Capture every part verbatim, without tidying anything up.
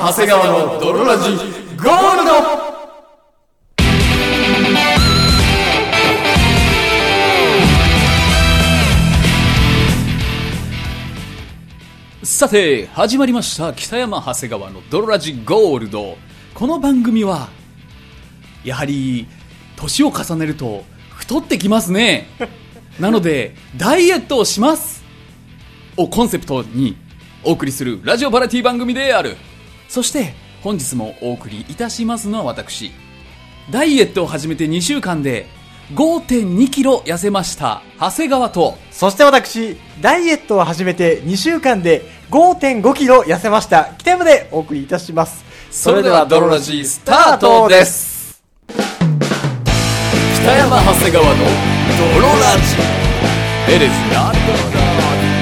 長谷川の泥ラジゴールド。さて始まりました北山長谷川の泥ラジゴールド。この番組はやはり年を重ねると太ってきますねなのでダイエットをしますをコンセプトにお送りするラジオバラエティ番組である。そして本日もお送りいたしますのは私、ダイエットを始めてにしゅうかんで ごてんにキロ痩せました長谷川と、 そして私、ダイエットを始めてにしゅうかんで ごてんごキロ痩せました北山でお送りいたします。 それでは泥ラジスタートです。北山長谷川の泥ラジ It is not 泥ラジ。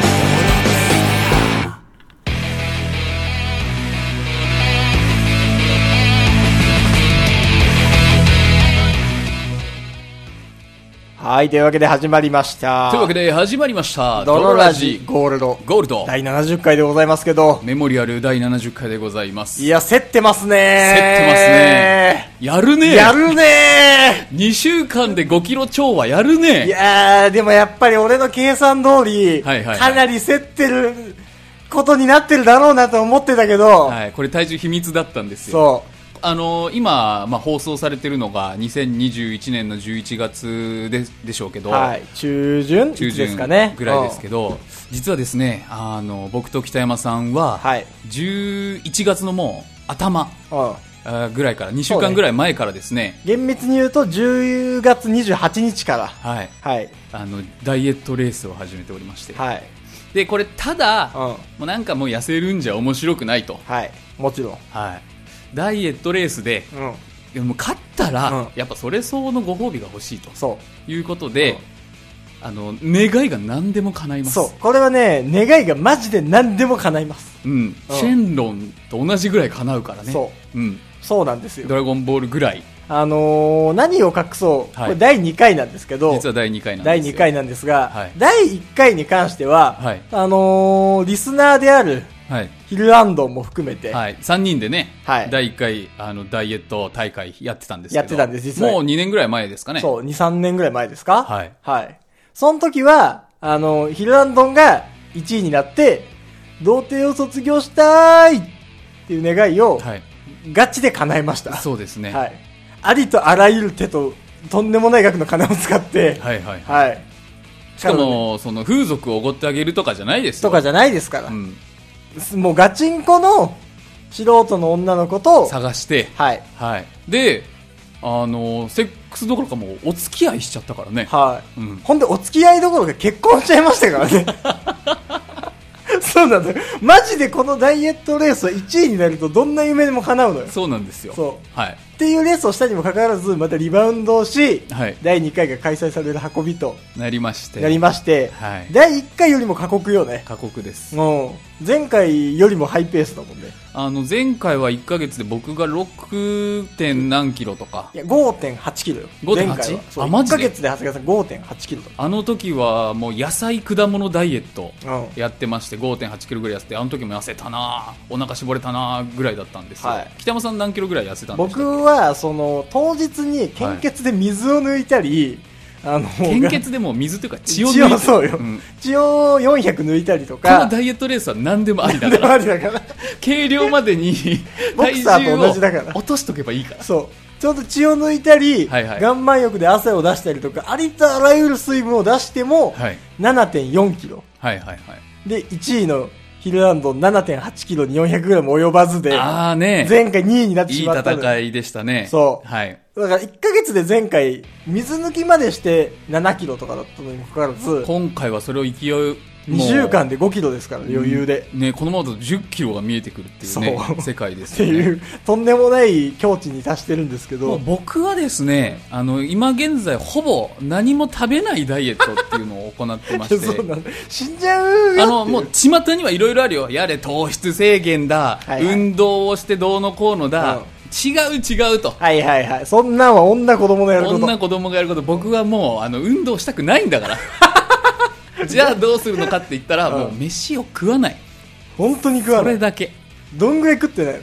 はい、というわけで始まりました。 というわけで始まりました泥ラジゴールドゴールドだいななじゅっかいでございますけど、 メモリアルだいななじゅっかいでございます。 いや、競ってますねー。 競ってますね。やるね。 やるねー。にしゅうかんでごキロ超はやるね。 いやー、でもやっぱり俺の計算通り、 はいはいはい、 かなり競ってることになってるだろうなと思ってたけど、 はい、これ体重秘密だったんですよ。 そうあのー、今、まあ、放送されてるのがにせんにじゅういちねんのじゅういちがつ で, でしょうけど、 はい、中旬中旬ですかねぐらいですけど、実はですね、あの僕と北山さんは、はい、じゅういちがつのもう頭ぐらいからにしゅうかんぐらい前からですね、 厳密に言うとじゅうがつにじゅうはちにちから、 はいはい、 あのダイエットレースを始めておりまして、 はい、 でこれただ、 うん、 もうなんかもう痩せるんじゃ面白くないと、 はい、もちろん、 はい、ダイエットレースで、うん、でも勝ったら、うん、やっぱそれ相応のご褒美が欲しいとそういうことで、うん、あの願いが何でも叶います。 そう、これはね、願いがマジで何でも叶います、 うんうん、シェンロンと同じぐらい叶うからね。 そう、うん、そうなんですよ。 ドラゴンボールぐらい、 あのー、何を隠そう、はい、これだいにかいなんですけど、 実はだいにかいなんですよ。 だいにかいなんですが、 はい、 だいいっかいに関しては、はい、あのー、リスナーであるはい、ヒルアンドンも含めて、 はい、さんにんでね、はい、だいいっかいあのダイエット大会やってたんですけど、 やってたんです。実はもうにねんぐらい前ですかね。 そう、に、さんねんぐらい前ですか。 はい。 はい。その時は、あの、ヒルアンドンがいちいになって、童貞を卒業したーいっていう願いを、はい、ガチで叶えました。 そうですね。 はい。ありとあらゆる手と、とんでもない額の金を使って、 はいはい。 はい。 しかも、その風俗をおごってあげるとかじゃないですよ。 とかじゃないですから。 うん。 もうガチンコの素人の女の子と探して、 はい、 はい、で、あのセックスどころかもうお付き合いしちゃったからね。 はい、 うん、 ほんでお付き合いどころか結婚しちゃいましたからね。そうなんだよ。マジでこのダイエットレースはいちいになるとどんな夢でも叶うのよ。 そうなんですよ。 そう、 はい、 っていうレースをしたにもかかわらず、またリバウンドをし、はい、だいにかいが開催される運びとなりまして、 なりまして、 はい、 だいいっかいよりも過酷よね。 過酷です。 もう前回よりもハイペースだもんね。 あの前回はいっかげつで僕が ろく. 点何キロとか、 いや ごてんはち キロよ。 ごてんはち? あ、マジでいっかげつで長谷川さん ごてんはち キロだ。 あの時はもう野菜果物ダイエットやってまして、 ごてんはち キロぐらい痩せて、あの時も痩せたな、お腹絞れたなぐらいだったんですよ。はい、北山さん何キロぐらい痩せたんですか？ 僕はその当日に献血で水を抜いたり、はい、あの献血でも水というか血を抜いたり、 そうよ、うん、血をよんひゃく抜いたりとか。 このダイエットレースは何でもありだから。 ありだから計量までに体重を落としとけばいいから。 そう、ちょっと血を抜いたり、はいはい、岩盤浴で汗を出したりとか、ありとあらゆる水分を出しても、はい、ななてんよんキロ、 はいはいはい、 でいちいのヒルアンド ななてんはち キロに よんひゃくグラム 及ばずで、 あーね、 前回にいになってしまったの。 いい戦いでしたね。 そう。 はい。 だからいっかげつで前回、水抜きまでしてななキロとかだったのにもかかわらず、 今回はそれを勢い、 にしゅうかんでごキロですから、ね、余裕で、 ね、このままだとじゅっキロが見えてくるっていうね、世界ですよね。っていうとんでもない境地に達してるんですけど、 もう僕はですね、あの今現在ほぼ何も食べないダイエットっていうのを行ってましてそうなんだ、死んじゃうよ。 あのもう巷にはいろいろあるよ。やれ糖質制限だ、はいはい、運動をしてどうのこうのだ、うん、違う違うと。 はいはいはい。そんなんは女子供のやること。 女子供がやること。僕はもうあの運動したくないんだからじゃあどうするのかって言ったら、うん、もう飯を食わない。 本当に食わない。 それだけ。 どんぐらい食ってないの？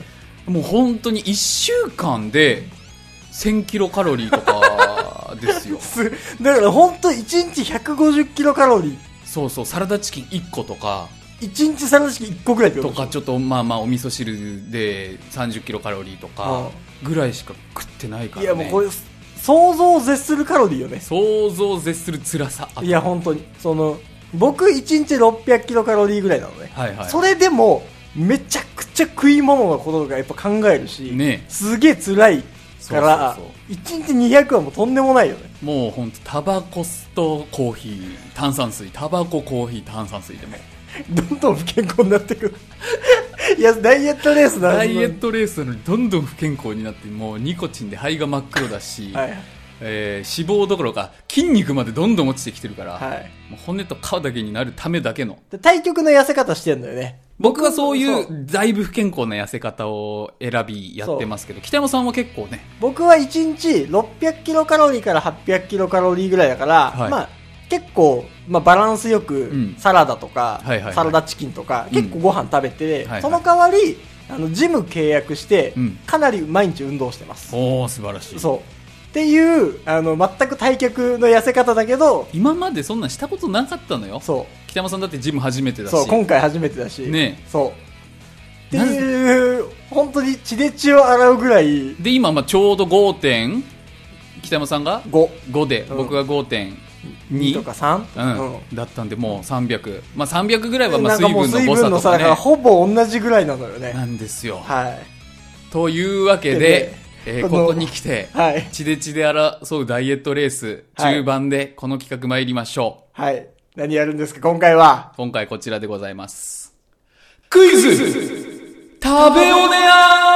もう本当にいっしゅうかんでせんキロカロリーとかですよ。 だから本当いちにちひゃくごじゅっキロカロリー。 そうそう、サラダチキンいっことか。 いちにちサラダチキンいっこぐらいってこととか、ちょっとまあまあお味噌汁でさんじゅっキロカロリーとかぐらいしか食ってないからね。 いやもうこれ想像を絶するカロリーよね。 想像を絶する辛さ。 いや本当にその僕いちにちろっぴゃくキロカロリーぐらいなのね、 はいはい、 それでもめちゃくちゃ食い物のことがやっぱ考えるし、 ね、 すげえ辛いからいちにちにひゃくはもうとんでもないよね。 もう本当タバコとコーヒー炭酸水、タバココーヒー炭酸水でもどんどん不健康になってくる。いやダイエットレースだ。 ダイエットレースなのにどんどん不健康になって、もうニコチンで肺が真っ黒だし、はい、えー、脂肪どころか筋肉までどんどん落ちてきてるから、はい、もう骨と皮だけになるためだけの対極の痩せ方してんのよね。 僕はそういうだいぶ不健康な痩せ方を選びやってますけど、北山さんは結構ね。 僕はいちにちろっぴゃくキロカロリーからはっぴゃくキロカロリーぐらいだから、はい、まあ結構、まあ、バランスよくサラダとか、うんはいはいはい、サラダチキンとか、うん、結構ご飯食べて、うん、その代わりあのジム契約して、うん、かなり毎日運動してます。 おー素晴らしい。 そうっていうあの全く対極の痩せ方だけど、 今までそんなんしたことなかったのよ。 そう北山さんだってジム初めてだし、 そう今回初めてだしね。 そうっていう本当に血で血を洗うぐらいで、今まあちょうどごてん北山さんが ご, ごで、うん、僕が ごてんにとかさん、 うんうん、だったんで、もうさんびゃく、まあ、さんびゃくぐらいはまあ水分の誤差とかね、 水分の差だからほぼ同じぐらいなのよね。 なんですよ、 はい、 というわけで、えー、ここに来て、はい、血で血で争うダイエットレース中盤でこの企画参りましょう。はい、何やるんですか今回は。 今回こちらでございます。クイズ食べおね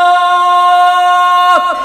や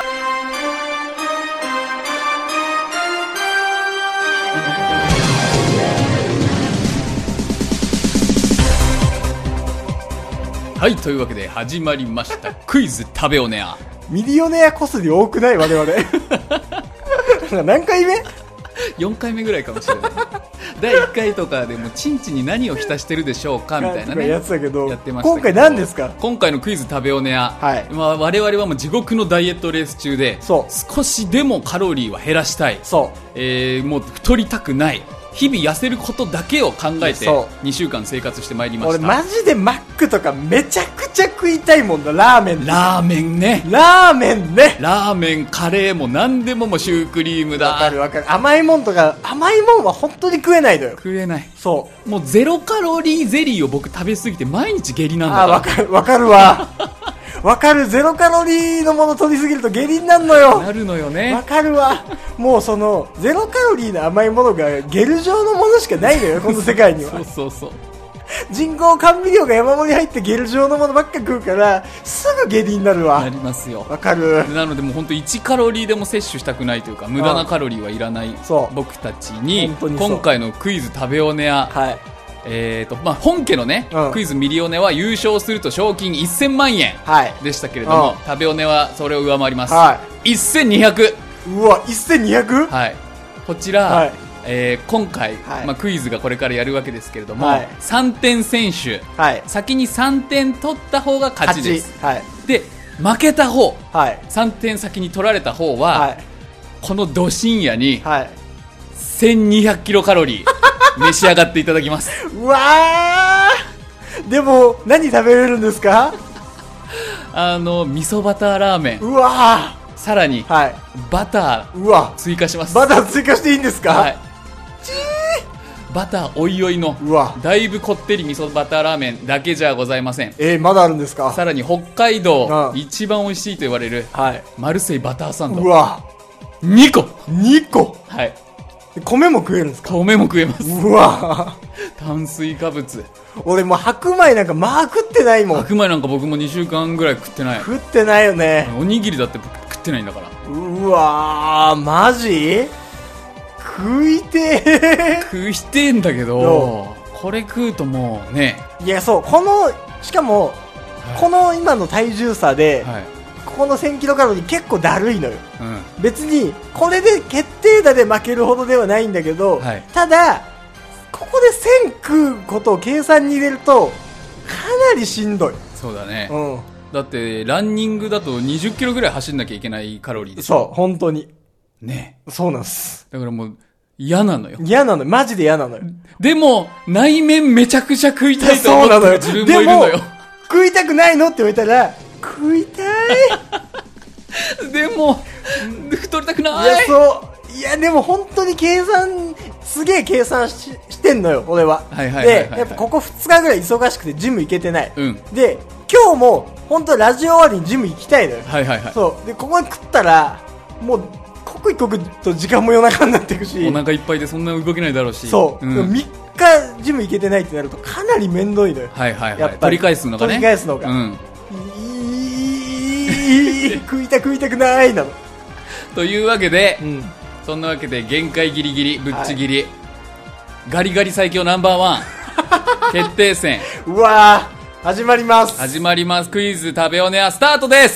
はい、というわけで始まりましたクイズ食べおねや。 ミリオネアコスで多くない我々。何回目 ? よん 回目ぐらいかもしれない。だいいっかいとかでもチンチンに何を浸してるでしょうかみたいなねやつだけど、 やってましたけど、 今回何ですか？ 今回のクイズ食べおねや、はい、まあ、我々はもう地獄のダイエットレース中で、そう少しでもカロリーは減らしたい、そう、えー、もう太りたくない、日々痩せることだけを考えてにしゅうかん生活してまいりました。 俺マジでマックとかめちゃくちゃ食いたいもんだ。ラーメンラーメンねラーメンねラーメンカレーも何でももうシュークリームだ。 わかるわかる。甘いもんとか甘いもんは本当に食えないのよ。 食えない。 そうもうゼロカロリーゼリーを僕食べ過ぎて毎日下痢なんだから。 あわかるわかるわわかる。ゼロカロリーのもの取りすぎると下痢になるのよ。 なるのよね。 わかるわ。もうそのゼロカロリーの甘いものがゲル状のものしかないのよこの世界には。 そうそうそう。 人工甘味料が山盛り入ってゲル状のものばっか食うからすぐ下痢になるわ。 なりますよ。 わかる。 なのでもう本当いちカロリーでも摂取したくないというか、無駄なカロリーはいらない僕たちに今回のクイズ食べおねや、はい、えーとまあ、本家のね、うん、クイズミリオネは優勝すると賞金せんまんえんでしたけれども、はい、食べおねはそれを上回ります、はい、せんにひゃく。 うわ せんにひゃく。 はい、こちら、はい、えー、今回、はい、まあ、クイズがこれからやるわけですけれども、はい、さんてん選手、はい、先にさんてん取った方が勝ちです、はい、で負けた方、はい、さんてん先に取られた方は、はい、このど深夜に、はい、せんにひゃくキロカロリー召し上がっていただきます。 うわー、でも何食べれるんですか？ あの味噌バターラーメン。 うわー、 さらに、はい、バターうわ追加します。 バター追加していいんですか？はい、 バターおいおいの、うわ、だいぶこってり味噌バターラーメンだけじゃございません。 えー、まだあるんですか？ さらに北海道一番美味しいと言われる、はい、マルセイバターサンド。 うわ、 にこにこ、 はい、 米も食えるんですか？ 米も食えます。 うわ炭水化物。 俺もう白米なんかまあ食ってないもん。 白米なんか僕もにしゅうかんぐらい食ってない。 食ってないよね。 おにぎりだって食ってないんだから。 うわー、マジ食いてー食いてーんだけど、これ食うともうね。 いや、そう、このしかも、はい、この今の体重差で、はい、このせんキロカロリー結構だるいのよ、うん、別にこれで決定打で負けるほどではないんだけど、はい、ただここでせん食うことを計算に入れるとかなりしんどい。 そうだね、 うん、 だってランニングだとにじゅっキロぐらい走んなきゃいけないカロリーでしょ。 そう、本当に。 ね。 そうなんです。 だからもう嫌なのよ。 嫌なのよ。マジで嫌なのよ。 でも内面めちゃくちゃ食いたいと思ってる自分もいるのよ。 食いたくないのって言われたら食いたい。でも太りたくない。 いやそう。いやでも本当に計算すげえ計算 し, してんのよ俺は。 はいはいはいはい、はい、 でやっぱここふつかぐらい忙しくてジム行けてない。 うん、 で今日も本当ラジオ終わりにジム行きたいのよ。 はいはいはい。 そうでここに食ったらもう刻一刻と時間も夜中になっていくし、 お腹いっぱいでそんな動けないだろうし。 そう、うん、みっかジム行けてないってなるとかなり面倒いのよ。 はいはいはい。 やっぱり取り返すのがね。 取り返すのが。うん。食いた食いたくないなの。 というわけで、 うん、 そんなわけで限界ギリギリぶっちぎり、はい、ガリガリ最強ナンバーワン決定戦。 うわー始まります。 始まります。クイズ食べおねはスタートです。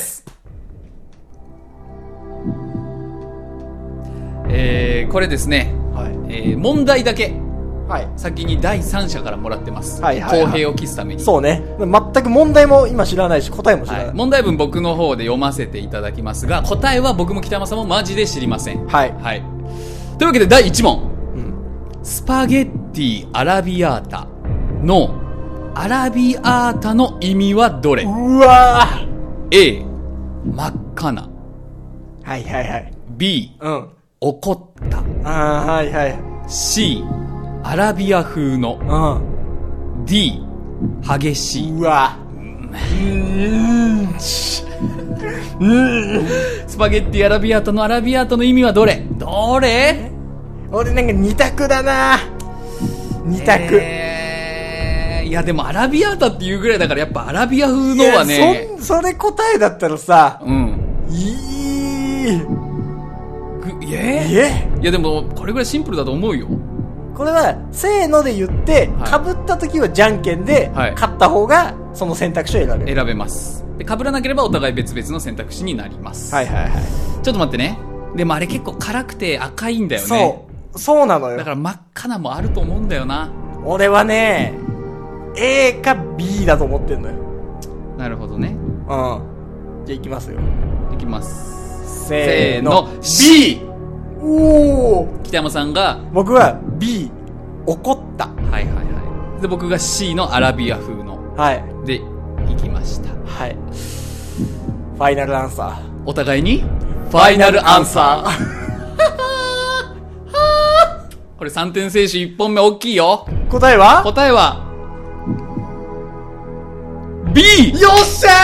えー、これですね、はい、えー、問題だけ、はい、先にだいさん者からもらってます、はいはいはい、公平を期すために。 そうね、全く問題も今知らないし答えも知らない、 はい、問題文僕の方で読ませていただきますが、答えは僕も北山さんもマジで知りません。 はい、 はい、というわけでだいいち問、うん、スパゲッティアラビアータのアラビアータの意味はどれ？ うわー A 真っ赤な、 はいはいはい、 B、うん、怒った、 あーはいはい、 C アラビア風の、うん、D 激しい。 うわうーんスパゲッティアラビアータのアラビアータの意味はどれ？どれ？ 俺なんか二択だな。二択、 えー、いやでもアラビアータっていうぐらいだからやっぱアラビア風のはね、 そ, それ答えだったらさ、 うん、 いいえー、いやでもこれぐらいシンプルだと思うよ。 これはせーので言ってかぶ、はい、った時はじゃんけんで、はい、勝った方がその選択肢を選べる。 選べます。で被らなければお互い別々の選択肢になります。 はいはいはい。 ちょっと待ってね。でもあれ結構辛くて赤いんだよね。 そうそうなのよ。 だから真っ赤なもあると思うんだよな。 俺はね A か B だと思ってんのよ。 なるほどね。うん。 じゃあいきますよ。 いきます。 せーの B。 おー、 北山さんが、 僕は B 怒った。 はいはいはい。で僕が C のアラビア風の、 はい、 でいきました。 はい。ファイナルアンサー。 お互いにファイナルアンサー。これさんてん先取いっぽんめ大きいよ。 答えは答えは B。 よっしゃ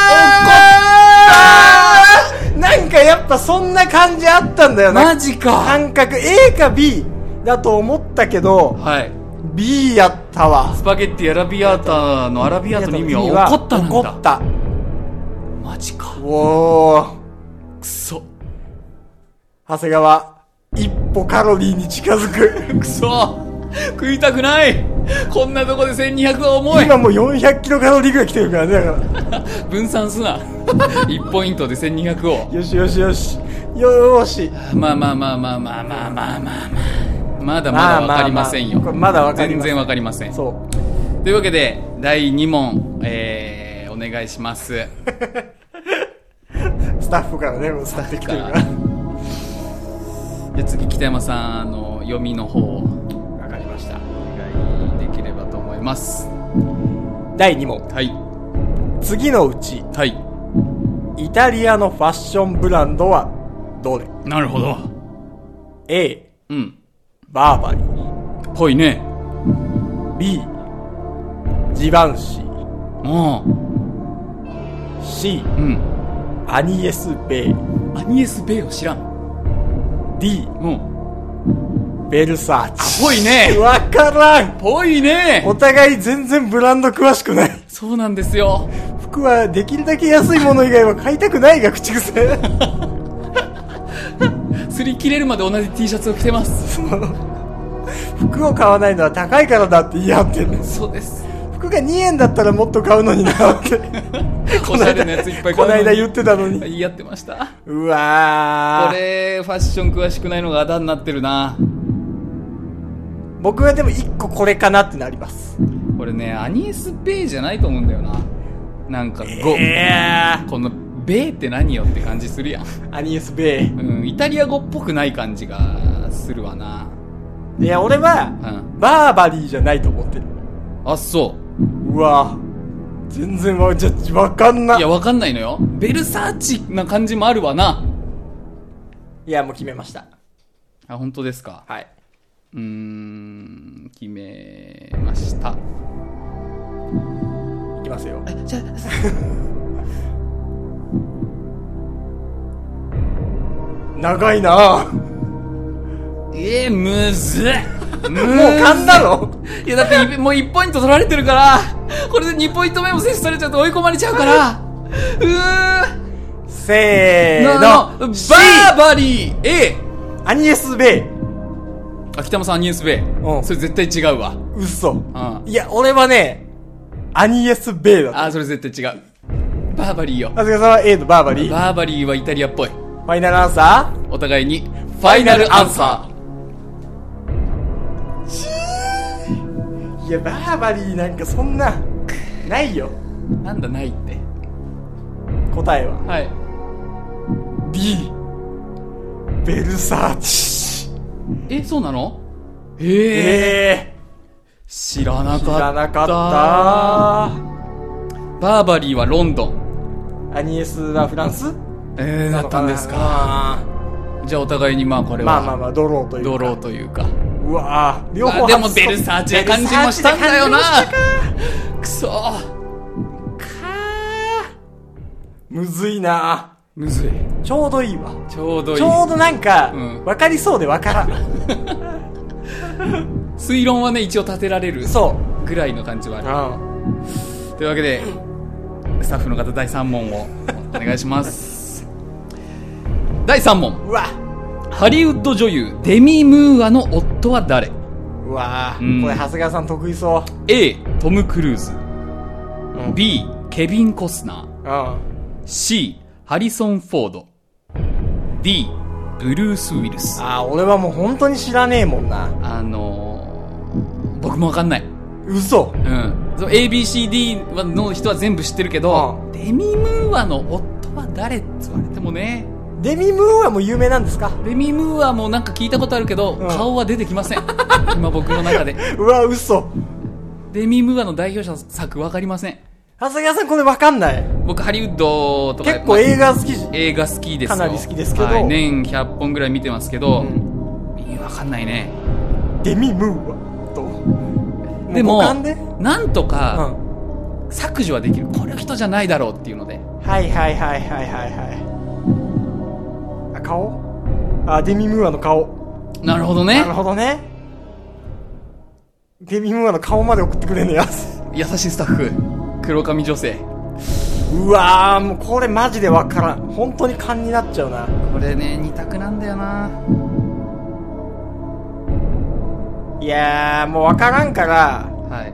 ー。なんかやっぱそんな感じあったんだよな。 マジか。 感覚 A か B だと思ったけど、はい、B やったわ。 スパゲッティアラビアータのアラビアータの意味は怒ったなんだ。 怒った。 マジか。 おー、 くそ。 長谷川一歩カロリーに近づく。 くそ食いたくない。こんなとこでせんにひゃくは重い。 今もうよんひゃくキロカロリーぐらい来てるからね。だから分散すないちポイントでせんにひゃくを。 よしよしよしよーし。 まあまあまあまあまあまあまあまあまだまだわかりませんよ。 まあまあまあ、まだわかりません。 全然わかりません。 そうというわけでだいに問、えー、お願いします。 スタッフからね、スタッフ来てるから。 で次北山さんの読みの方を。 わかりました。 お願いできればと思います。 だいに問。 はい。 次のうち、 はい、 イタリアのファッションブランドはどれ？ なるほど。 A、 うん、 バーバリーぽいね。 B、ジバンシー。 うん。 C、 うん、 アニエスベイ。 アニエスベイを知らん。 D、 うん、 ベルサーチ。 ぽいね。 わからん。 ぽいね。 お互い全然ブランド詳しくない。 そうなんですよ。 服はできるだけ安いもの以外は買いたくないが口癖。 擦り切れるまで同じ T シャツを着てます。 服を買わないのは高いからだって言い張ってんの。 そうです。 服がにえんだったらもっと買うのになっておしゃれなやついっぱい買うのにこの間言ってたのに言い合ってました。 うわー、 これファッション詳しくないのがあだになってるな。 僕はでもいっここれかなってなります。 これねアニエスベイじゃないと思うんだよな。 なんか語、えー、このベーって何よって感じするやん。 アニエスベー、 うん、イタリア語っぽくない感じがするわな。 いや俺は、うん、バーバリーじゃないと思ってる。 あ、そう。 うわ全然わじゃわかんな。 いやわかんないのよ。ベルサーチな感じもあるわな。 いやもう決めました。 あ、本当ですか。 はい。 うーん、決めました。 いきますよ。 じゃ長いな。 えー、むずっ。 もう噛んだの？ いやだってもういちポイント取られてるから、これでにポイント目も摂取されちゃうと追い込まれちゃうから。うー。 せーの。 バーバリー A。 アニエスベイ。 あ、北山さんアニエスベイ。うん。それ絶対違うわ。 嘘。うん。いや、俺はね、アニエスベイだった。 あ、それ絶対違う。バーバリーよ。 あすかさんは A とバーバリー。 バーバリーはイタリアっぽい。ファイナルアンサー？ お互いに、ファイナルアンサー。 いや、バーバリーなんかそんな、ないよ。 なんだないって。 答えは？ はい。 B。ベルサーチ。 え、そうなの？えー、 えー。知らなかった。 知らなかった。 バーバリーはロンドン。アニエスはフランス？ えー、だったんですか。じゃあお互いにまあこれは。 まあまあまあ、ドローというか。 ドローというか。 うわぁ、両方でもベルサーチな感じもしたんだよな。くそー。かー。むずいな。 むずい。 ちょうどいいわ。 ちょうどいい。 ちょうどなんか、うん、分かりそうで分からん。 推論はね、一応立てられる。 そう。 ぐらいの感じはある。というわけで、スタッフの方だいさん問をお願いします。だいさん問。 うわ。 ハリウッド女優デミ・ムーアの夫は誰？ うわー、うん、これ長谷川さん得意そう。 A トム・クルーズ、うん、B ケビン・コスナー、 うん、 C ハリソン・フォード、 D ブルース・ウィルス。 あー、俺はもう本当に知らねえもんな。 あのー、僕もわかんない。 嘘。 うん。その エービーシーディー の人は全部知ってるけど、うん、デミ・ムーアの夫は誰って言われてもね。 デミ・ムーアも有名なんですか？ デミ・ムーアもなんか聞いたことあるけど、うん、顔は出てきません。今僕の中で。 うわ、嘘。 デミ・ムーアの代表者作わかりません。 長谷川さんこれわかんない？ 僕ハリウッドとか結構映画好き、 まあ、映画好きですよ。 かなり好きですけど、 はい、年ひゃっぽんぐらい見てますけど、うん、わかんないね。 デミ・ムーアとでもなんとか、うん、削除はできる。この人じゃないだろうっていうので。 はいはいはいはいはいはい。顔？あ、デミ・ムーアの顔。 なるほどね。 なるほどね。デミ・ムーアの顔まで送ってくれんのや。 優しいスタッフ。黒髪女性。 うわー、もうこれマジでわからん。本当に勘になっちゃうな。 これね、二択なんだよな。 いやー、もうわからんから、 はい。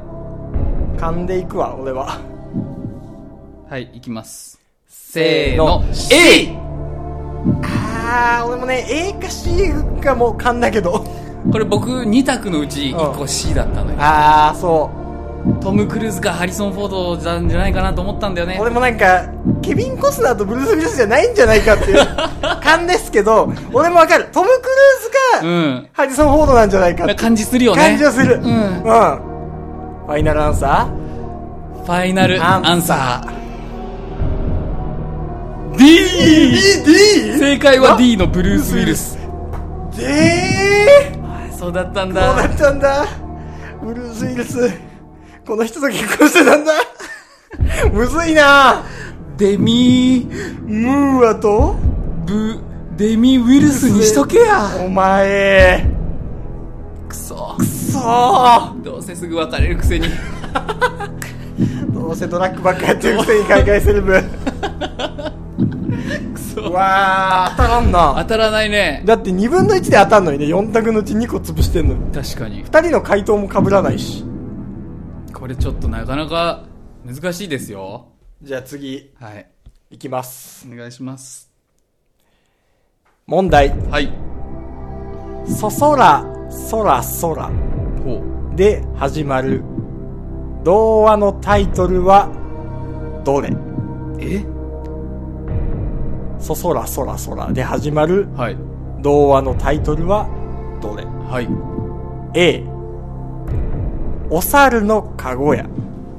勘でいくわ、俺は。 はい、いきます。せーの。A！ あー、俺もね A か C かもう勘だけど、 これ僕に択のうちいっこ C だったのよ、うん、 あー、そう。 トム・クルーズかハリソン・フォードなんじゃないかなと思ったんだよね。 俺もなんかケビン・コスナーとブルース・ウィルスじゃないんじゃないかっていう勘ですけど、俺もわかる。トム・クルーズか、うん、ハリソン・フォードなんじゃないかって感じするよね。 感じはする。うん、うん、ファイナルアンサー。ファイナルアンサー。D! D! 正解は D のブルース・ウィルス。 でー、そうだったんだ。 そうだったんだ。ブルース・ウィルス、この人と結婚してたんだ。むずいな。 デミムーアとブデミウィルスにしとけや。 お前くそくそ。 どうせすぐ別れるくせに。 どうせドラッグばっかやってるくせに海外セレブ。うわー、当たらんな。 当たらないね。 だってにぶんのいちで当たんのにね、よん択のうちにこ潰してんのに。 確かにふたりの回答も被らないし。 これちょっとなかなか難しいですよ。 じゃあ次、 はい、 いきます。 お願いします。 問題。 はい。 そそらそらそらで始まる童話のタイトルはどれ？ え？ そそらそらそらで始まるはい童話のタイトルはどれ？ はい。 A お猿のかごや。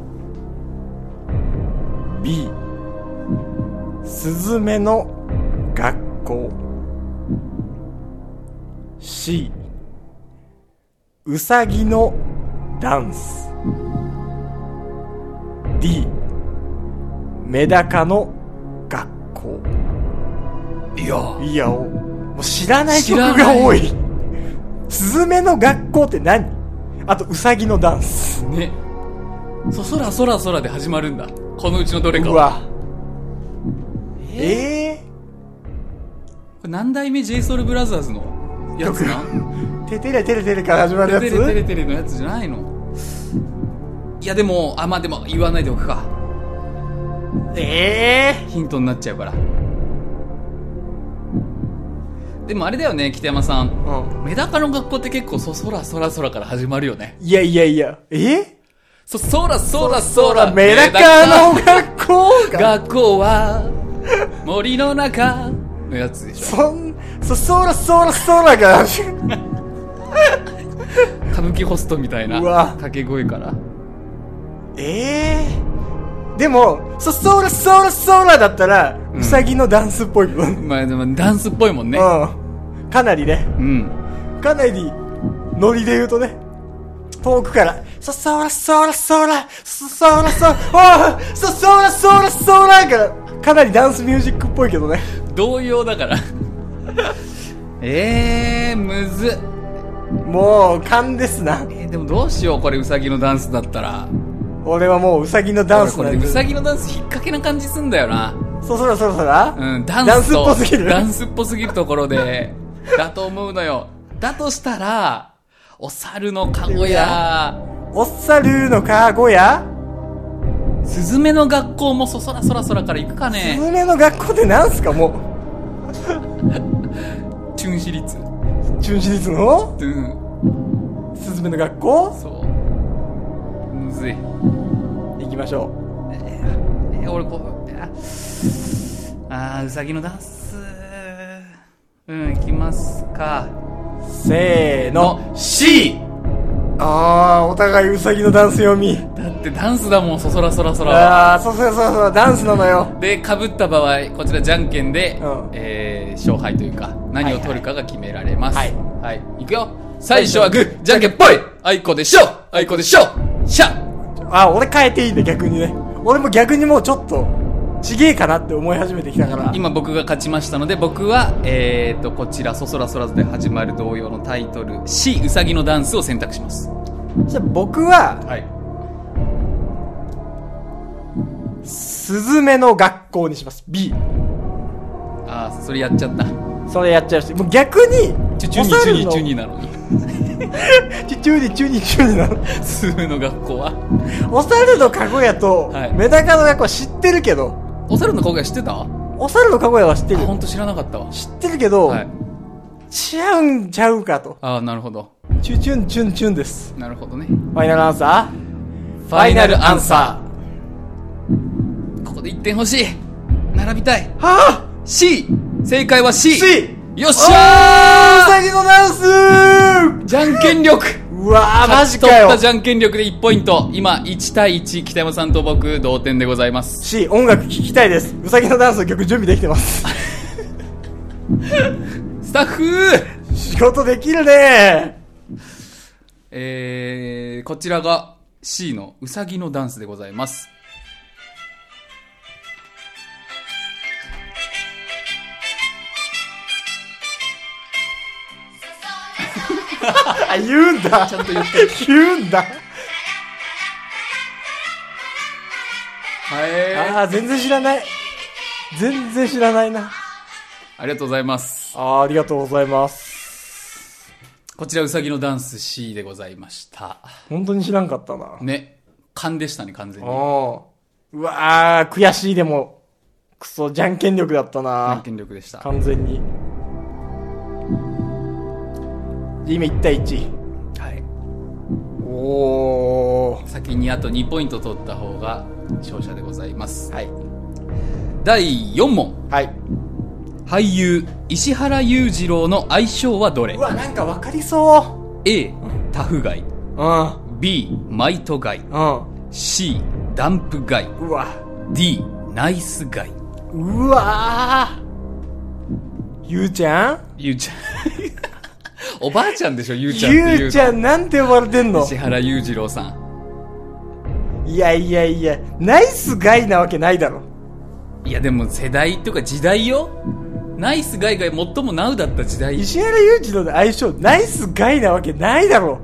B すずめの学校。 C うさぎのダンス。 D メダカの学校。 いやいや、もう知らない曲が多い。すずめの学校って何？あとうさぎのダンスね。そそらそらそらで始まるんだ、このうちのどれかは。 うわええー、 これ何代目 JSOULBROTHERS のやつなテテレテレテレから始まるやつ。 テテレテレテレのやつじゃないの？いやでも、あ、まあでも言わないでおくか。 ええー、 ヒントになっちゃうから。でもあれだよね、北山さん、うん、メダカの学校って結構そそらそらそらから始まるよね。 いやいやいや、えそそらそらそらメダカの学校が学校は森の中のやつでしょ。 そんそそらそらそらが歌舞伎ホストみたいな掛け声から。 ええー、でもそそらそらそらだったら、うん、うさぎのダンスっぽいよ。 まあでもダンスっぽいもんね。 うん、かなりね。うん。かなりノリで言うとね、遠くからそそらそらそらそそらそらそそらそらそらからかなりダンスミュージックっぽいけどね。 童謡だからえーむずっ。 もう勘ですな。 えー、でもどうしよう、これウサギのダンスだったら。 俺はもうウサギのダンスこれウサギのダンス引っ掛けな感じすんだよな。 そそらそらそら、 うん、ダンスとダンスっぽすぎるダンスっぽすぎるところでだと思うのよ。だとしたらお猿のかごや、 お猿のかごや、 スズメの学校もそそらそらそらから行くかね。 スズメの学校ってなんすか？もうチュン市立チュン市立のうんスズメの学校。 そうむずい。 行きましょう。 えー、えー、俺こうあーうさぎのダンス、うん行きますか。 せーの C。 あー、お互いうさぎのダンス読み。 だってダンスだもん、そそらそらそらは。あー、そそらそらそらダンスなのよ。 で被った場合こちらじゃんけんで、うん、えー、勝敗というか何を取るかが決められます。はいはい、はい、いくよ。最初はグーじゃんけんぽい、あいこでしょあいこでしょしゃ。 あ、俺変えていいんだ逆にね。俺も逆にもうちょっとちげえかなって思い始めてきたから。 今僕が勝ちましたので、僕はえーとこちらそそらそらずで始まる童謡のタイトル C うさぎのダンスを選択します。 じゃあ僕は、 はい、 スズメの学校にします。 B。 ああそれやっちゃった。 それやっちゃうし、もう逆にチュチュニチュニチュニなのにチュチュニチュニチュニなの。 スズメの学校はお猿のかごやと、はい、メダカの学校は知ってるけど。 お猿のかごや知ってた？ お猿のかごやは知ってる。 本当知らなかったわ。 知ってるけど、はい、ちゃうんちゃうかと。 ああなるほど。 チュチュンチュンチュンです。 なるほどね。 ファイナルアンサー。ファイナルアンサー。ここでいってん欲しい。並びたい。 はあ C。 正解は C。 C。 よっしゃー、 うさぎのダンス。 じゃんけん力。 うわーマジかよ。 勝ち取ったじゃんけん力でいちポイント。今いちたいいち、北山さんと僕同点でございます。 C。 音楽聴きたいです。うさぎのダンスの曲準備できてますスタッフー仕事できるね。 えー、こちらが C のうさぎのダンスでございます。 あ、言うんだ。 ちゃんと言ってる。 言うんだ。 はい。 ああ、全然知らない。全然知らないな。 ありがとうございます。 ああ、ありがとうございます。 こちらうさぎのダンス C でございました。 本当に知らんかったな。 ね。勘でしたね、完全に。 ああ。うわー、悔しい。でも、クソ、じゃんけん力だったな。 じゃんけん力でした。 完全に。今いちたいいち。 はい。 おー。 先にあとにポイント取った方が勝者でございます。 はい。 だいよん問。 はい。 俳優、石原裕次郎の愛称はどれ？ うわ、なんかわかりそう。 A、タフガイ。 うん。 B、マイトガイ。 うん。 C、ダンプガイ。 うわ。 D、ナイスガイ。 うわー。ゆうちゃんゆうちゃん。おばあちゃんでしょ、ゆうちゃんっていう。 ゆうちゃんなんて呼ばれてんの？ 石原裕次郎さん。いやいやいや、ナイスガイなわけないだろ。 いやでも世代とか時代よ。ナイスガイが最もナウだった時代。 石原裕次郎の相性ナイスガイなわけないだろ。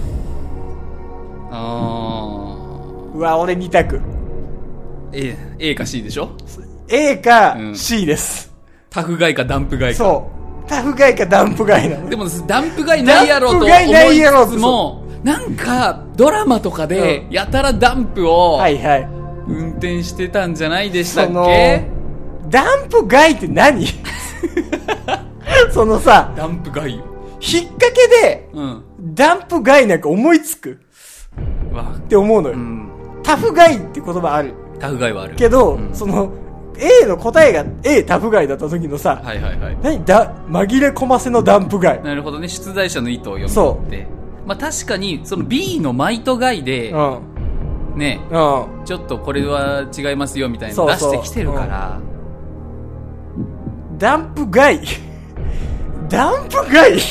あー。うわ、俺に択。 A、A か C でしょ？ A か C です。 うん、タフガイかダンプガイか。 そう。タフガイかダンプガイなの。 でもダンプガイないやろと思いつつも、なんかドラマとかでやたらダンプを運転してたんじゃないでしたっけ？そのダンプガイって何？そのさ、 ダンプガイ引っ掛けで、うん、ダンプガイなんか思いつくって思うのよ、うん、タフガイって言葉ある。 タフガイはあるけど、うん、その A の答えが A タフガイだった時のさ、 はいはいはい、 何だ紛れ込ませのダンプガイ。 なるほどね、出題者の意図を読み取って、まあ確かにその B のマイトガイで、うん、ね、うん、ちょっとこれは違いますよみたいなの出してきてるから、 うん、ダンプガイダンプガイ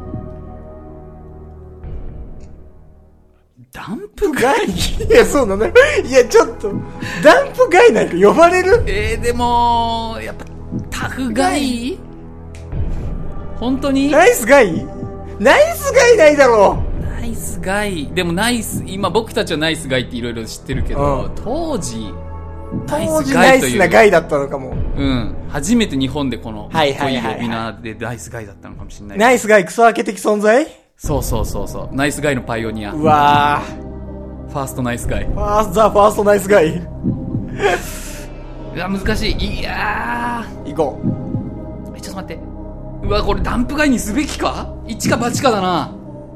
ダンプガイいや、そうなのよ。いや、ちょっと、ダンプガイなんか呼ばれる？ えー、でも、やっぱ、タフガイ？本当に？ ナイスガイ？ナイスガイないだろう。 ナイスガイ。でもナイス、今僕たちはナイスガイっていろいろ知ってるけど、うん、当時、 当時ナイスなガイだったのかも。 うん。初めて日本でこの、はいはいはいはい、呼び名でナイスガイだったのかもしれない。 ナイスガイクソ明け的存在？ そうそうそうそう。ナイスガイのパイオニア。 うわー。ファーストナイスガイ。 ファースト、ザ・ファーストナイスガイ。 うわ、難しい。いやー。行こう。え、ちょっと待って。うわ、これダンプガイにすべきか？一か八かだな。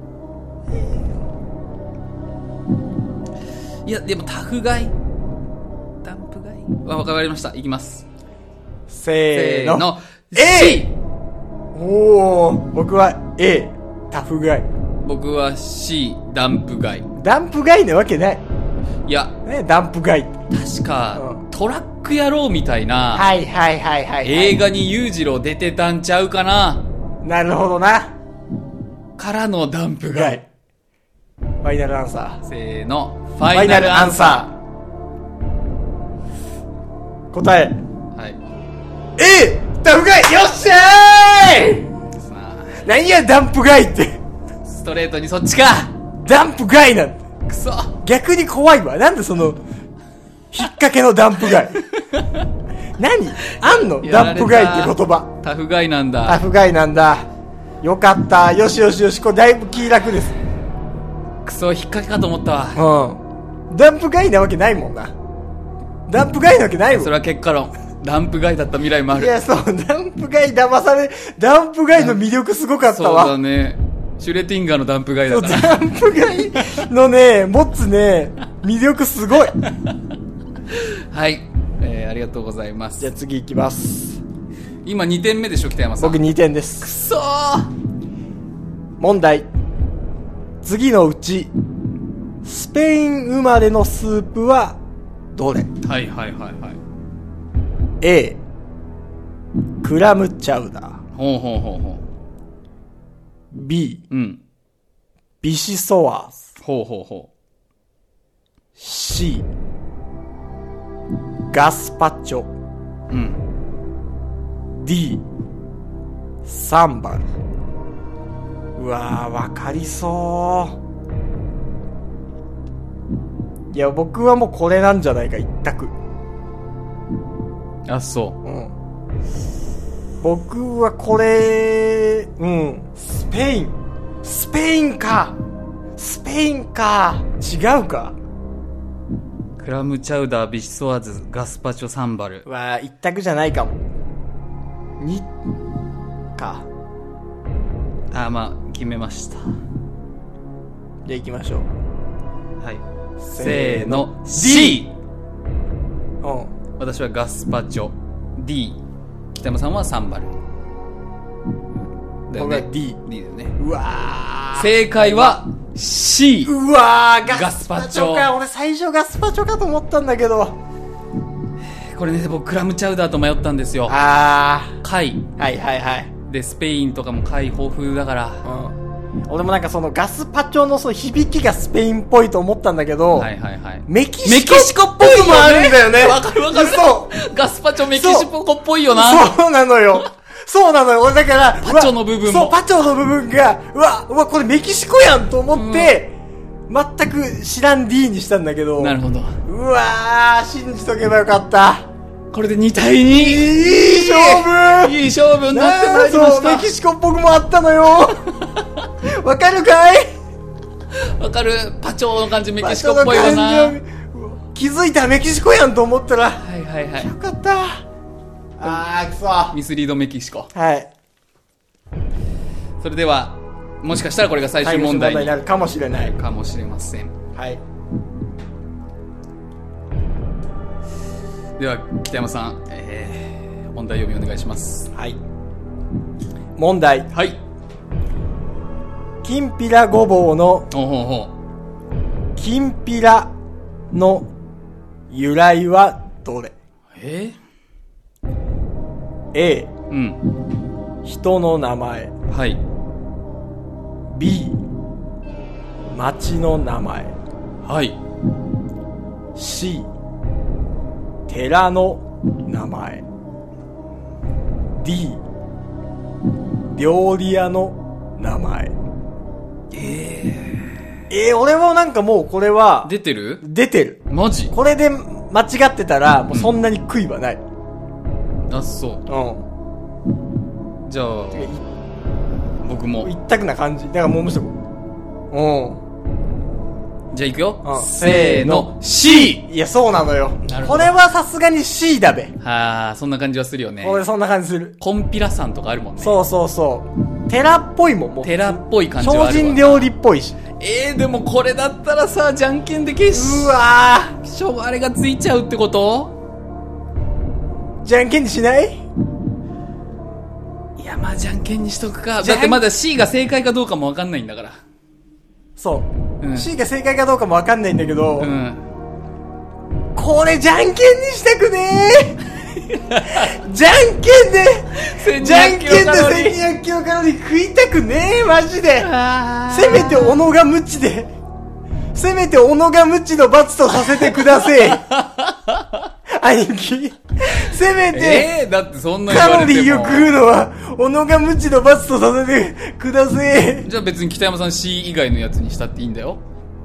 いや、でもタフガイ。ダンプガイ。わ、わかりました。いきます。 せーの。せーの。 A！ おー、僕は A。タフガイ。 僕は C、ダンプガイ。 ダンプガイなわけない。 いや、 ね、ダンプガイ。 確か、うん、トラック野郎みたいな、 はいはいはいはい、はい、 映画に裕次郎出てたんちゃうかな。 なるほどな。 からのダンプガイ。 ファイナルアンサー。 せーの、 ファイナルアンサー。答え。 はい。 A! ダンプガイ！よっしゃーい！何やダンプガイって。 ストレートにそっちか。 ダンプガイなんてくそ。 逆に怖いわ。なんでその引っ掛けのダンプガイ何あんのダンプガイって言葉。 タフガイなんだ。 タフガイなんだ。よかった。よしよしよし、これだいぶ気楽です。 くそ、引っ掛けかと思ったわ。 うん。ダンプガイなわけないもんな。ダンプガイなわけないもん。 それは結果論。ダンプガイだった未来もある。 いや、そう、ダンプガイ騙され、ダンプガイの魅力すごかったわ。 そうだね。シュレティンガーのダンプガイだった。 ダンプガイのね、持つね、魅力すごい。 はい、えー、ありがとうございます。 じゃあ次行きます。 今にてんめでしょ、北山さん。 僕にてんです。 くそー。 問題。次のうち、スペイン生まれのスープはどれ？ はいはいはいはい。 A クラムチャウダー。 ほうほうほうほう。 B、 うん、 ビシソワーズ。 ほうほうほう。 C ガスパチョ。 うん。 D サンバル。うわー、わかりそう。いや、僕はもうこれなんじゃないか、一択。 あ、そう。 うん。僕はこれ、うん。スペイン。スペインか。スペインか。違うか。 クラムチャウダー、ビシソワーズ、ガスパチョ、サンバル。 は一択じゃないかも。にか。 あ、まあ決めました。じゃあ行きましょう。 はい。せーの。C。 うん、私はガスパチョ D、 北山さんはサンバルだよね。 D, D だよね。 うわー、 正解は C。 うわー、 ガスパチョか。俺最初ガスパチョかと思ったんだけど、 これね、僕クラムチャウダーと迷ったんですよ。 あー、 貝、 はいはいはい。 でスペインとかも貝豊富だから、 うん、俺もなんかそのガスパチョのその響きがスペインっぽいと思ったんだけど、 はいはいはい、 メキシコメキシコっぽいよね。 もあるんだよね。 わかるわかる。 そう。 ガスパチョメキシコっぽいよな。 そうなのよ。そうなのよ。俺だから、 パチョの部分も。 そう、パチョの部分が、うわ、うわ、これメキシコやんと思って、うん、全く知らん D にしたんだけど。 なるほど。 うわー、信じとけばよかった。これでにたいに。 いい勝負いい勝負になってまいりました。 メキシコっぽくもあったのよ。わかるかい？ わかる。パチョの感じメキシコっぽいよな。 気づいたらメキシコやんと思ったら。 はいはいはい。 よかった。あー、くそ。 ミスリードメキシコ。 はい。 それでは、もしかしたらこれが最終問題になるかもしれない。 かもしれません。 はい。 では、北山さん、えー、問題読みお願いします。 はい。問題。 はい。 きんぴらごぼうの、 ほうほうほう。きんぴらの由来はどれ？ えー、A、 うん。 人の名前。 はい。 B、町の名前。 はい。 C、寺の名前。D、料理屋の名前。 えー、 えー、俺はなんかもうこれは出てる？ 出てる。 マジ？ これで間違ってたらもうそんなに悔いはない。 うん、あ、そう。うん。じゃあ僕も一択な感じ。だからもうむしろ、うん。 じゃあ行くよ、 うん、 せーの C。 いや、そうなのよ。 なるほど。 これはさすがに C だべ。 はあ、そんな感じはするよね。 俺そんな感じする。 コンピラさんとかあるもんね。 そうそうそう。寺っぽいもん。もう寺っぽい感じはあるわ。 精進料理っぽいし。 えー、でもこれだったらさ、じゃんけんで消し、 うわー、しょあれがついちゃうってこと？ じゃんけんにしない？ いや、まあじゃんけんにしとくか。だってまだ C が正解かどうかもわかんないんだから。 そう、うん、C が正解かどうかもわかんないんだけど、 うん、 これじゃんけんにしたくねー。じゃんけんでじゃんけんでせんにひゃくキロカロリー食いたくねー、マジで。せめて小野が無知でせめて小野が無知の罰とさせてください。兄貴、せめて、 えー、だってそんなカロリーを食うのは小野が無知の罰とさせてください。 じゃあ別に北山さん C 以外のやつにしたっていいんだよ。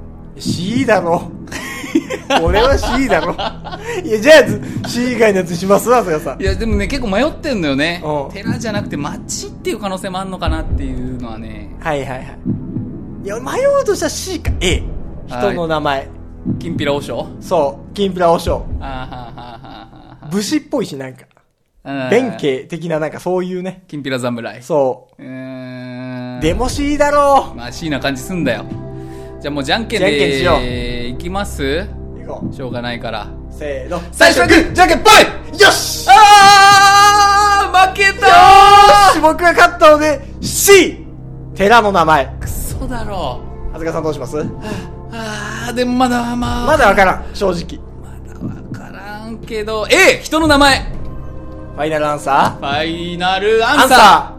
C だろ。俺は C だろ。いや、じゃあ C 以外のやつしますわ、それさ。 いやでもね、結構迷ってんのよね。 うん、 寺じゃなくて町っていう可能性もあんのかなっていうのはね。 はいはいはい。いや、迷うとしたら C か A。 人の名前。 きんぴらおしょう。 そう、きんぴらおしょう。 あーはーはーはーはー。 武士っぽいし、なんか弁慶的な、なんかそういうね、 きんぴら侍。 そう、 うーん、 でも C だろう。 まあ C な感じすんだよ。じゃあもうじゃんけんでじゃんけんしよう。 えー、いきます。 行こう。 しょうがないから。 せーの、 最初はグー、じゃんけんぽい。 よし。 あー、負けたー。 よーし、僕が勝ったので C。 寺の名前。 クソだろ長谷川さんどうします？ あー、でもまだまあまだわからん、正直まだわからんけど、A、人の名前。 ファイナルアンサー。 ファイナルアンサー。 アンサ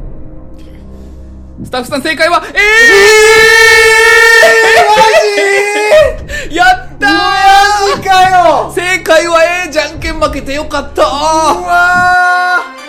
ー。スタッフさん正解は A。 えー、マジやったー。 マジかよ。 正解は A。 じゃんけん負けてよかったー。うわー、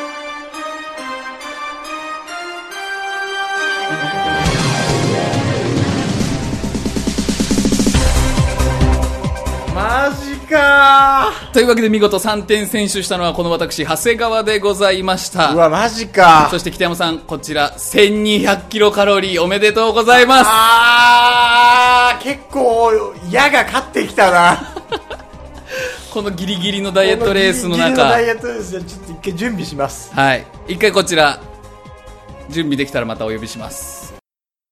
マジかー。 というわけで見事さんてん先取したのはこの私長谷川でございました。 うわ、マジか。 そして北山さん、こちらせんにひゃくキロカロリーおめでとうございます。 あー、結構矢が勝ってきたな。 このギリギリのダイエットレースの中、 ギリギリのダイエットレースでちょっと一回準備します。 はい、一回こちら準備できたらまたお呼びします。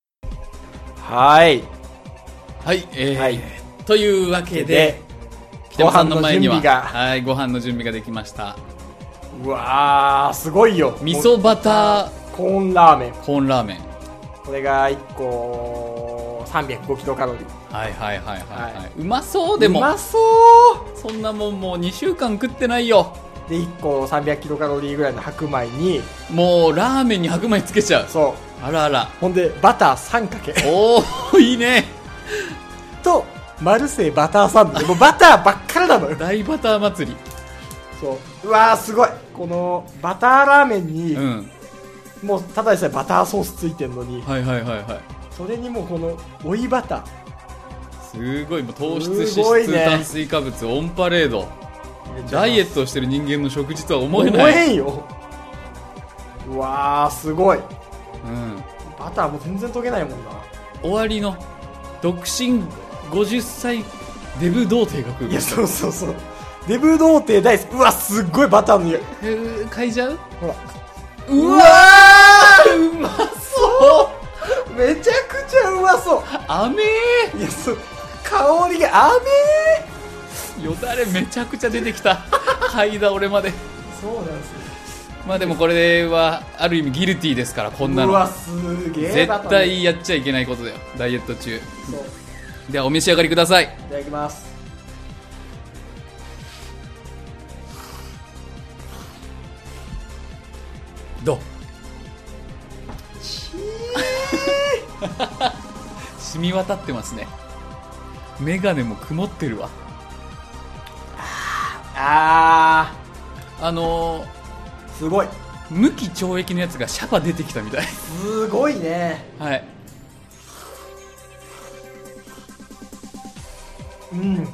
はいはい、えーはい、 というわけで北山さんの前にははいご飯の準備ができました。 うわーすごいよ。 味噌バターコーンラーメンコーンラーメンこれがいっこさんびゃくごキロカロリー。 はいはいはいはい、はい、うまそう。でもうまそうそんなもんもうにしゅうかん食ってないよ。 でいっこさんびゃくキロカロリーぐらいの白米にもうラーメンに白米つけちゃう。 そうあらあら。 ほんでバターさんかけおおいいねとマルセイバターサンド。もうバターばっかりなのよ大バター祭り。 そううわーすごい。このバターラーメンに、うん、もうただでさえバターソースついてんのに、 はいはいはいはい、 それにもこの追いバターすごい。もう糖質脂質、ね、炭水化物オンパレード。ダイエットをしてる人間の食事とは思えない。 思えんよ。うわーすごい、うん、バターも全然溶けないもんな。 終わりの独身ごじゅっさいデブ童貞が食う。 いやそうそうそうデブ童貞大好き。うわすっごいバターの匂い。 えー、嗅いじゃう。ほらうわーうまそうめちゃくちゃうまそう。 甘え。 いやそう香りが甘え。よだれめちゃくちゃ出てきた嗅いだ俺まで。 そうなんですよ。 まあでもこれはある意味ギルティーですから。こんなのうわすげえ絶対やっちゃいけないことだよダイエット中。そうではお召し上がりください。 いただきます。 どう染み渡ってますね。メガネも曇ってるわ。 あーあのー、 すごい無期懲役のやつがシャバ出てきたみたい。 すごいね。 はい。 うん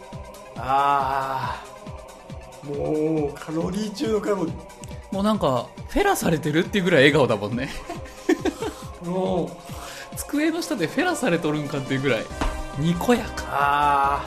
ああもうカロリー中のカロリー。 もうなんかフェラされてるっていうぐらい笑顔だもんね。 もう机の下でフェラされとるんかっていうぐらいにこやか。 あ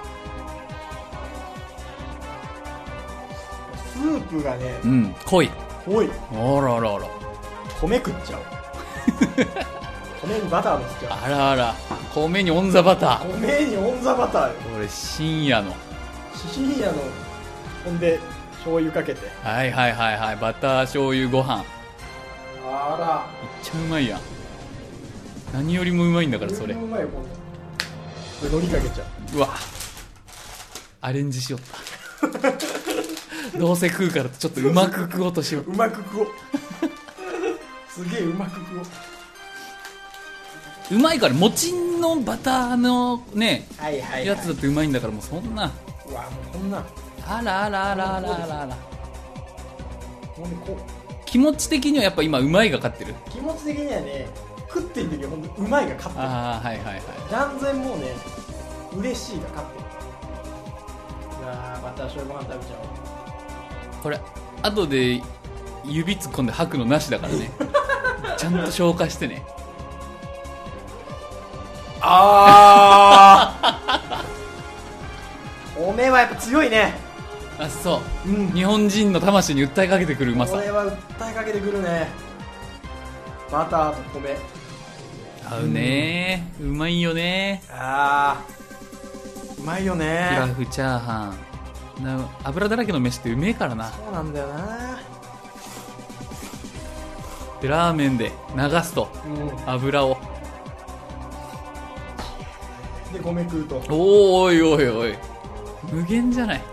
スープがね、 うん、濃い濃い。 あらあらあら。 米食っちゃう。米にバターのせちゃう。 あらあら。米にオンザバター。 米にオンザバターよ。 これ深夜の深夜のほんで醤油かけて。 はいはいはいはい。バター醤油ご飯。 あらめっちゃうまいやん。何よりもうまいんだからそれ。 うまいよこれ。海苔かけちゃう。 うわアレンジしよった。どうせ食うからちょっとうまく食おうとしよう。 うまく食おう。すげえうまく食おう。 うまいからもちのバターのね、 はいはいはい、 やつだってうまいんだからもうそんな。 うわもうこんなあらあらあらあらあらあら。気持ち的にはやっぱ今うまいが勝ってる。 気持ち的にはね食ってる時は本当うまいが勝ってる。 ああはいはいはい。 断然もうね嬉しいが勝ってる。うわバター醤油ご飯食べちゃおう。 これ後で指突っ込んで吐くのなしだからね。ちゃんと消化してね。 ああ米はやっぱ強いね。 あそう、 うん、 日本人の魂に訴えかけてくるうまさ。 これは訴えかけてくるね。バターと米合うね、うん、うまいよね。 あーうまいよね。 ピラフチャーハンな油だらけの飯ってうめえからな。 そうなんだよな。 でラーメンで流すと、うん、油をで米食うと。 おーいおいおい無限じゃない。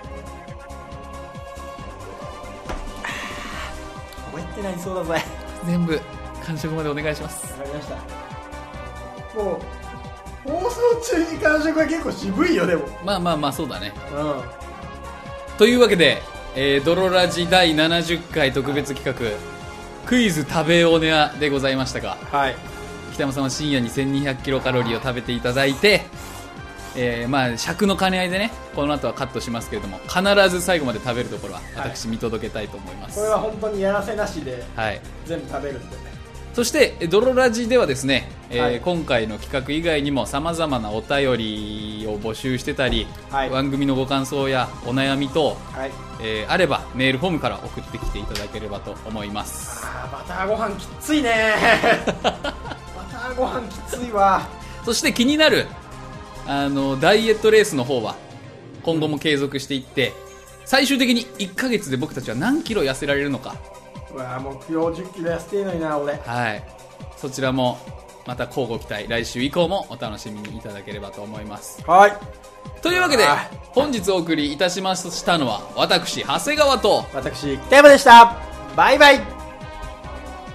こうやってなりそうだぜ。 全部完食までお願いします。 わかりました。もう放送中に完食は結構渋いよ。でもまあまあまあそうだね、 うん、 というわけで、えー、ドロラジだいななじゅっかい特別企画クイズ食べおねやでございましたが、 はい、 北山さんは深夜にせんにひゃくキロカロリーを食べていただいて、えー、まあ尺の兼ね合いでねこの後はカットしますけれども必ず最後まで食べるところは私見届けたいと思います、 はい、これは本当にやらせなしで、 はい、 全部食べるんでね。 そしてドロラジではですね、えーはい、 今回の企画以外にもさまざまなお便りを募集してたり、はい、番組のご感想やお悩み等、はい、えー、あればメールフォームから送ってきていただければと思います。 あーバターご飯きついね。バターご飯きついわ。 そして気になるあのダイエットレースの方は今後も継続していって、うん、最終的にいっかげつで僕たちは何キロ痩せられるのか。 うわ目標じゅっキロ痩せてえのにな俺。 はい、そちらもまた交互期待、来週以降もお楽しみにいただければと思います。 はい、 というわけで本日お送りいたしましたのは私長谷川と私北山でした。バイバイ。